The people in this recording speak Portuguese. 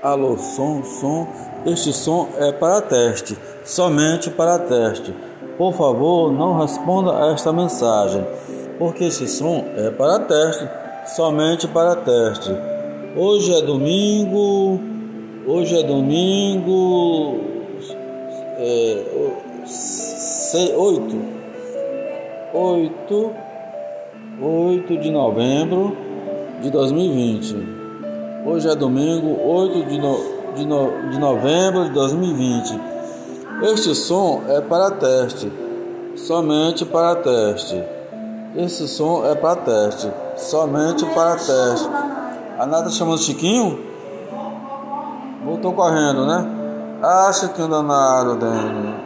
Alô, som. Este som é para teste, somente para teste. Por favor, não responda a esta mensagem, porque este som é para teste, somente para teste. Hoje é domingo, 8 de novembro de 2020. Hoje é domingo, 8 de novembro de 2020. Este som é para teste, somente para teste. Esse som é para teste, somente para teste. A Nata chamando Chiquinho? Voltou correndo, né? Ah, Chiquinho danado, Dani.